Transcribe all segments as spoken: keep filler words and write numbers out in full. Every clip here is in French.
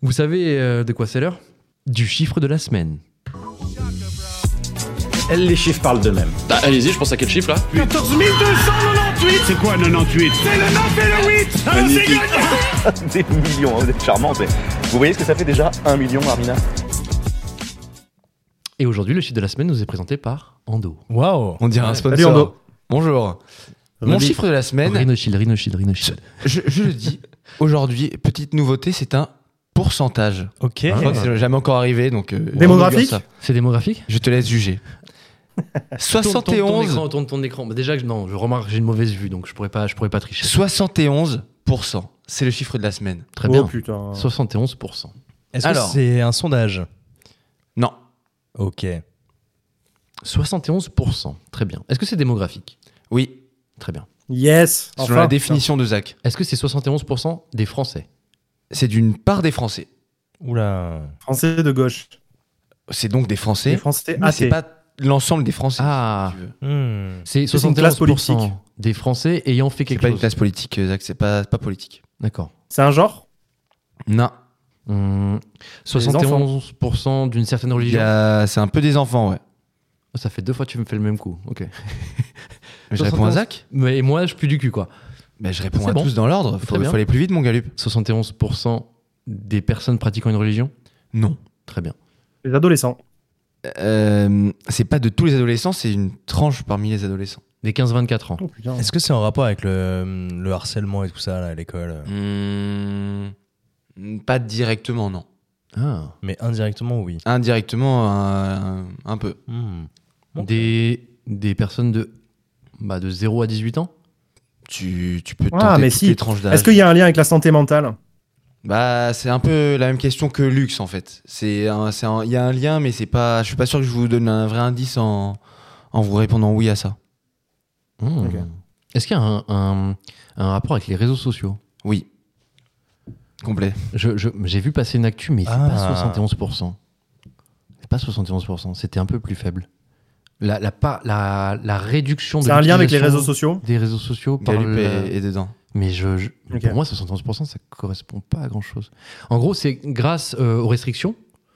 Vous savez euh, de quoi c'est l'heure ? Du chiffre de la semaine. Les chiffres parlent d'eux-mêmes. Bah, allez-y, je pense à quel chiffre là ? quatorze mille deux cent quatre-vingt-dix-huit. C'est quoi quatre-vingt-dix-huit ? C'est le neuf et le huit. Alors c'est gagné. Des millions, hein, vous êtes charmante. Mais vous voyez ce que ça fait déjà un million, Armina ? Et aujourd'hui, le chiffre de la semaine nous est présenté par Ando. Waouh. On dirait un sponsor. Salut, Ando. Bonjour. Mon Rudy. chiffre de la semaine, Rhinoshield, Rhinoshield, Rhinoshield. je, je le dis, aujourd'hui, petite nouveauté, c'est un pourcentage. Ok. Je crois que c'est jamais encore arrivé, donc... euh, Démographique on regarde ça. C'est démographique ? Je te laisse juger. soixante et Tourne ton onze, écran, tourne ton écran. Bah, déjà, non, je remarque que j'ai une mauvaise vue, donc je pourrais pas, je pourrais pas tricher. soixante et onze pour cent. C'est le chiffre de la semaine. Très Oh bien. putain. soixante et onze pour cent. Est-ce Alors. que c'est un sondage ? Non. Ok. soixante et onze pour cent. Très bien. Est-ce que c'est démographique ? Oui. Très bien. Yes. Selon la définition de Zach. Est-ce que c'est soixante et onze pour cent des Français ? C'est d'une part des Français. Oula. Français de gauche. C'est donc des Français. Les Français mais c'est athées. pas l'ensemble des Français. Ah. si tu veux. Hmm. C'est une soixante et classe onze pour cent politique. des Français ayant fait C'est quelque pas une chose. classe politique, Zach. C'est pas, c'est pas politique. D'accord. C'est un genre. Non. Hum, soixante et onze pour cent d'une certaine Il y religion. a- C'est un peu des enfants, ouais. Ça fait deux fois que tu me fais le même coup. Ok. Je réponds à Zach. Mais et moi, je pue du cul, quoi. Ben, je réponds C'est à bon. tous dans l'ordre. Très Faut, bien. faut aller plus vite, mon galup. soixante et onze pour cent des personnes pratiquant une religion. Non. Très bien. Les adolescents. Euh, c'est pas de tous les adolescents, c'est une tranche parmi les adolescents. Des quinze vingt-quatre ans. Oh putain. Est-ce que c'est en rapport avec le, le harcèlement et tout ça là, à l'école ? Hmm, pas directement, non. Ah. Mais indirectement, oui. Indirectement, un, un peu. Hmm. Ok. Des, des personnes de, bah, de zéro à dix-huit ans. Tu, tu peux Ah, tenter mais toutes si. les tranches d'âge. Est-ce qu'il y a un lien avec la santé mentale ? Bah, c'est un peu la même question que Lux, en fait. C'est un- c'est un- il y a un lien, mais c'est pas. Je suis pas sûr que je vous donne un vrai indice en, en vous répondant oui à ça. Mmh. Ok. Est-ce qu'il y a un, un, un rapport avec les réseaux sociaux ? Oui. Complet. je, je- J'ai vu passer une actu, mais c'est Ah. pas soixante et onze pour cent. C'est pas soixante et onze pour cent. C'était un peu plus faible. La, la, pa- la, la réduction de C'est un lien avec les l'utilisation réseaux sociaux ? des réseaux sociaux par Galup le- est, est dedans. Mais je, je- Ok. pour moi, soixante et onze pour cent, ça correspond pas à grand-chose. En gros, c'est grâce euh, aux restrictions,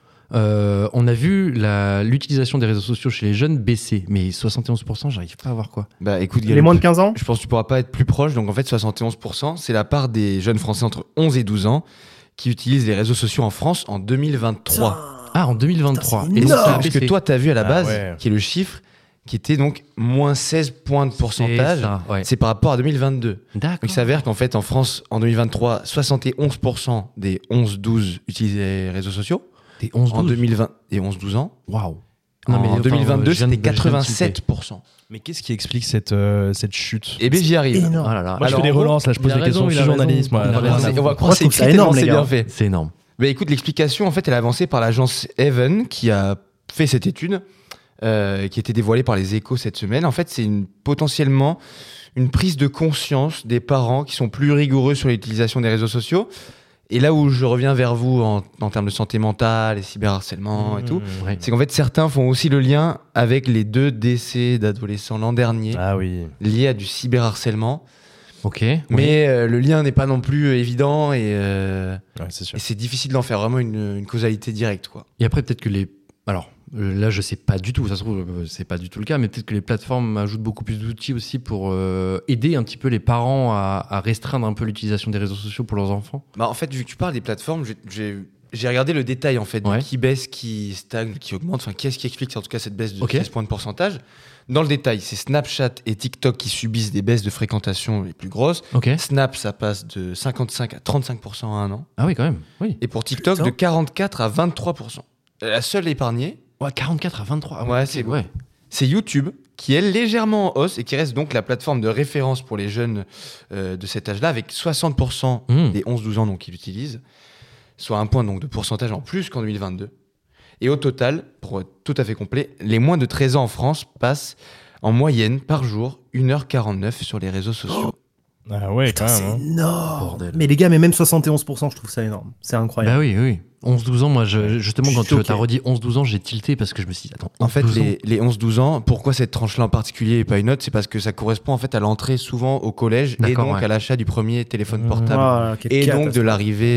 euh, on a vu la- l'utilisation des réseaux sociaux chez les jeunes baisser. Mais soixante et onze pour cent, j'arrive pas à voir quoi. Bah, écoute, Les Galup, moins de quinze ans ? je pense que tu pourras pas être plus proche. Donc, en fait, soixante et onze pour cent, c'est la part des jeunes Français entre onze et douze ans qui utilisent les réseaux sociaux en France en deux mille vingt-trois. Ah, en deux mille vingt-trois. Putain, c'est Et donc, ça a énorme. Parce que baissé. toi, tu as vu à la Ah base, ouais. qui est le chiffre, qui était donc moins seize points de pourcentage. C'est ça, ouais. C'est par rapport à deux mille vingt-deux. D'accord. Donc, il s'avère qu'en fait, en France, en deux mille vingt-trois, soixante et onze pour cent des onze douze utilisaient les réseaux sociaux. Des onze En douze. deux mille vingt et onze douze ans. Waouh. En deux mille vingt-deux, je viens de- c'était je viens de quatre-vingt-sept pour cent. Mais qu'est-ce qui explique cette, euh, cette chute ? Eh bien, j'y arrive. Énorme. Oh là là. Moi, je Alors, fais des en gros, relances, là, je pose il a des questions raison, il sur a le raison. journalisme. Il a voilà. raison. On va Moi, je croire que trouve c'est ça écrit énorme, tellement les c'est gars. bien fait. C'est énorme. Bah écoute, l'explication, en fait, elle est avancée par l'agence Even qui a fait cette étude, euh, qui a été dévoilée par les Échos cette semaine. En fait, c'est une, potentiellement une prise de conscience des parents qui sont plus rigoureux sur l'utilisation des réseaux sociaux. Et là où je reviens vers vous en, en termes de santé mentale et cyberharcèlement et tout, Ouais. c'est qu'en fait, certains font aussi le lien avec les deux décès d'adolescents l'an dernier Ah oui. liés à du cyberharcèlement. Ok. Oui. Mais euh, le lien n'est pas non plus évident et, euh, Ouais, c'est sûr. et c'est difficile d'en faire vraiment une, une causalité directe, quoi. Et après, peut-être que les. Alors, euh, là, je sais pas du tout, ça se trouve, euh, c'est pas du tout le cas, mais peut-être que les plateformes ajoutent beaucoup plus d'outils aussi pour euh, aider un petit peu les parents à, à restreindre un peu l'utilisation des réseaux sociaux pour leurs enfants. Bah, en fait, vu que tu parles des plateformes, j'ai- j'ai j'ai regardé le détail en fait, de Ouais. qui baisse, qui stagne, qui augmente, enfin qu'est-ce qui explique en tout cas cette baisse de Ok. seize points de pourcentage. Dans le détail, c'est Snapchat et TikTok qui subissent des baisses de fréquentation les plus grosses. Ok. Snap, ça passe de cinquante-cinq à trente-cinq pour cent à un an. Ah oui, quand même. Oui. Et pour TikTok, Putain. de quarante-quatre à vingt-trois pour cent. La seule épargnée, Ouais, quarante-quatre à vingt-trois. Ah Ouais, ok, c'est ouais. c'est YouTube, qui est légèrement en hausse et qui reste donc la plateforme de référence pour les jeunes euh, de cet âge-là, avec soixante pour cent Mmh. des onze douze ans donc, qui l'utilisent, soit un point donc, de pourcentage en plus qu'en deux mille vingt-deux. Et au total, pour être tout à fait complet, les moins de treize ans en France passent en moyenne par jour une heure quarante-neuf sur les réseaux sociaux. Ah ouais, Putain, quand c'est même. hein. énorme. Bordel. Mais les gars, mais même soixante et onze pour cent, je trouve ça énorme. C'est incroyable. Bah oui, oui. onze douze ans, moi, je- justement, Je quand suis tu choqué. as redit onze douze ans, j'ai tilté parce que je me suis dit, attends, En fait, douze ans les, les onze douze ans, pourquoi cette tranche-là en particulier et pas une autre, c'est parce que ça correspond en fait à l'entrée souvent au collège et D'accord, donc ouais. à l'achat du premier téléphone portable. Voilà, quelle Et donc de catastrophe. l'arrivée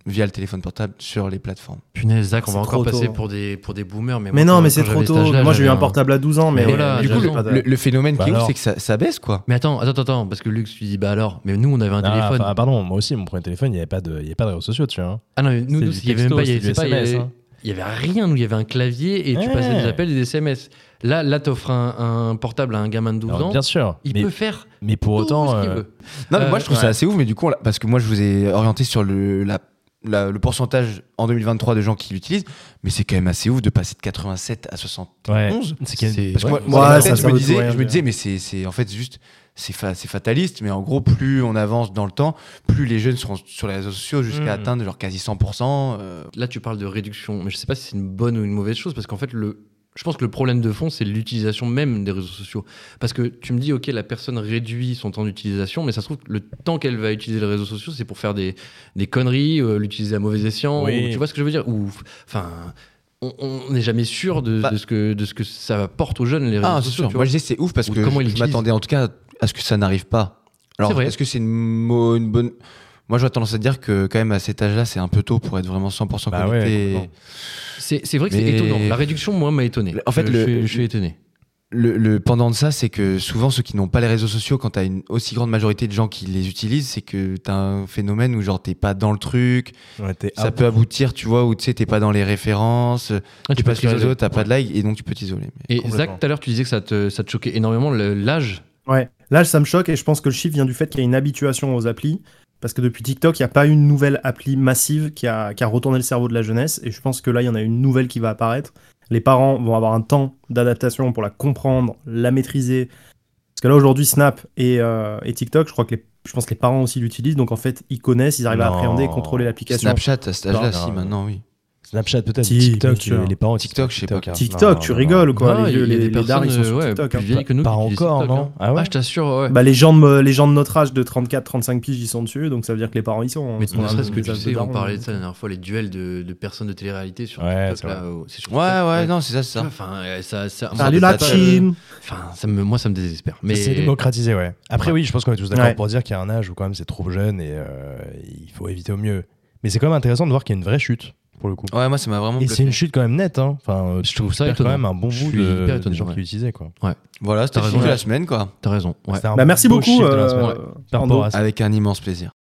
via le téléphone portable sur les plateformes. Punaise, Zach, on C'est va trop encore passer tôt. pour des, pour des boomers. Mais, Mais moi, non, quand- mais quand c'est trop j'avais cet tôt. âge-là, Moi, j'ai eu j'avais un portable à douze ans, mais Mais voilà, du coup, j'ai le, raison. le- le phénomène Bah qui est ouf, alors. c'est que ça, ça baisse, quoi. Mais attends, attends, attends, parce que Luc, tu dis, bah alors, mais nous, on avait un Ah, téléphone. enfin, pardon, moi aussi, mon premier téléphone, il n'y avait pas de, il y avait pas de réseaux sociaux dessus. Hein. Ah non, mais nous, C'est nous, du il y avait même texto, pas, il y avait, c'est du c'est pas, il y S M S, avait- hein. il y avait rien, nous, il y avait un clavier et tu Ouais. passais des appels et des S M S. Là, là, t'offres un, un portable à un gamin de douze Alors, ans, bien sûr. il mais, peut faire mais pour tout autant. ce qu'il euh, veut. Non, mais Euh, moi, je trouve ouais. ça assez ouf, mais du coup, on l'a- parce que moi, je vous ai orienté sur le, la, la- le pourcentage en deux mille vingt-trois de gens qui l'utilisent, mais c'est quand même assez ouf de passer de quatre-vingt-sept à soixante et onze. Ouais. C'est qu'il y a- C'est- Parce que moi, Ouais, moi, dans ouais, ma ça, tête, ça je me veut tout disais, rien je me dire. disais, mais c'est, c'est en fait juste, c'est, fa- c'est fataliste, mais en gros, plus on avance dans le temps, plus les jeunes seront sur les réseaux sociaux jusqu'à Mm. atteindre genre quasi cent pour cent. euh, Là, tu parles de réduction, mais je sais pas si c'est une bonne ou une mauvaise chose, parce qu'en fait, le, je pense que le problème de fond, c'est l'utilisation même des réseaux sociaux. Parce que tu me dis, ok, la personne réduit son temps d'utilisation, mais ça se trouve que le temps qu'elle va utiliser les réseaux sociaux, c'est pour faire des, des conneries, euh, l'utiliser à mauvais escient, Oui. ou- tu vois ce que je veux dire? Ou, enfin, on- on n'est jamais sûr de, Bah. de ce que, de ce que ça apporte aux jeunes, les réseaux Ah, c'est sociaux. sûr. tu Moi, vois. je dis c'est ouf parce Ou que comment je, ils je l'utilisent. m'attendais en tout cas à ce que ça n'arrive pas. Alors, C'est vrai. est-ce que c'est une, mo- une bonne. Moi, j'aurais tendance à dire que, quand même, à cet âge-là, c'est un peu tôt pour être vraiment cent pour cent Bah connecté. ouais, complètement. C'est c'est vrai que Mais- c'est étonnant. La réduction, moi, m'a étonné. En fait, je, le- je suis- je suis étonné. Le, le pendant de ça, c'est que souvent, ceux qui n'ont pas les réseaux sociaux, quand tu as une aussi grande majorité de gens qui les utilisent, c'est que tu as un phénomène où, genre, t'es pas dans le truc. Ouais, t'es Ça out. peut aboutir, tu vois, où tu sais, t'es pas dans les références. Ah, tu peux passes les te réseaux, t'as ouais. pas de like, et donc tu peux t'isoler. Mais- Et Complètement. Zach, tout à l'heure, tu disais que ça te, ça te choquait énormément le- l'âge. Ouais, là ça me choque et je pense que le chiffre vient du fait qu'il y a une habituation aux applis. Parce que depuis TikTok, il n'y a pas une nouvelle appli massive qui a, qui a retourné le cerveau de la jeunesse. Et je pense que là, il y en a une nouvelle qui va apparaître. Les parents vont avoir un temps d'adaptation pour la comprendre, la maîtriser. Parce que là, aujourd'hui, Snap et, euh, et TikTok, je crois que les, je pense que les parents aussi l'utilisent. Donc en fait, ils connaissent, ils arrivent à Non. appréhender, contrôler l'application. Snapchat, à cet âge-là, Non, si, non, maintenant, oui. Snapchat peut-être, Si, TikTok, bien sûr. les parents TikTok, je sais pas. hein. TikTok, Non, tu non, rigoles non. quoi. Non, les il y a vieux, les, des les dards, ils sont personnes, sur euh, ouais, TikTok. plus hein. vieilles que nous Pas qui utilisent encore, TikTok, non hein. Ah ouais je t'assure, ouais. Bah, les, gens de, les gens de notre âge de trente-quatre trente-cinq piges, ils sont dessus. Donc ça veut dire que les parents, ils sont. Mais ils sont ne serait-ce que des tu âges de sais, on darons. parlait de ça la dernière fois, les duels de, de personnes de télé-réalité sur Ouais, TikTok. c'est Là, où- c'est sur Ouais, TikTok, ouais, non, c'est ça, c'est Tu ça. vois, Enfin, euh, ça, ça, Salut moi, la ça- Chine. Enfin, ça me, moi, ça me désespère. Mais C'est démocratisé, ouais. Après, Ouais. oui, je pense qu'on est tous d'accord Ouais. pour dire qu'il y a un âge où quand même c'est trop jeune et euh, il faut éviter au mieux. Mais c'est quand même intéressant de voir qu'il y a une vraie chute, pour le coup. Ouais, moi, ça m'a vraiment Et bluffé. c'est une chute quand même nette, hein. Enfin, Je trouve ça tu perds quand étonnant. même un bon Je bout suis de, hyper étonné, des gens ouais. qui l'utilisaient, quoi. Voilà, c'était T'as le raison. chiffre de la semaine, quoi. t'as raison. Ouais. C'était un Bah, merci beau beaucoup. chiffre de la euh, semaine. Par Pando. rapport à ça. Avec un immense plaisir.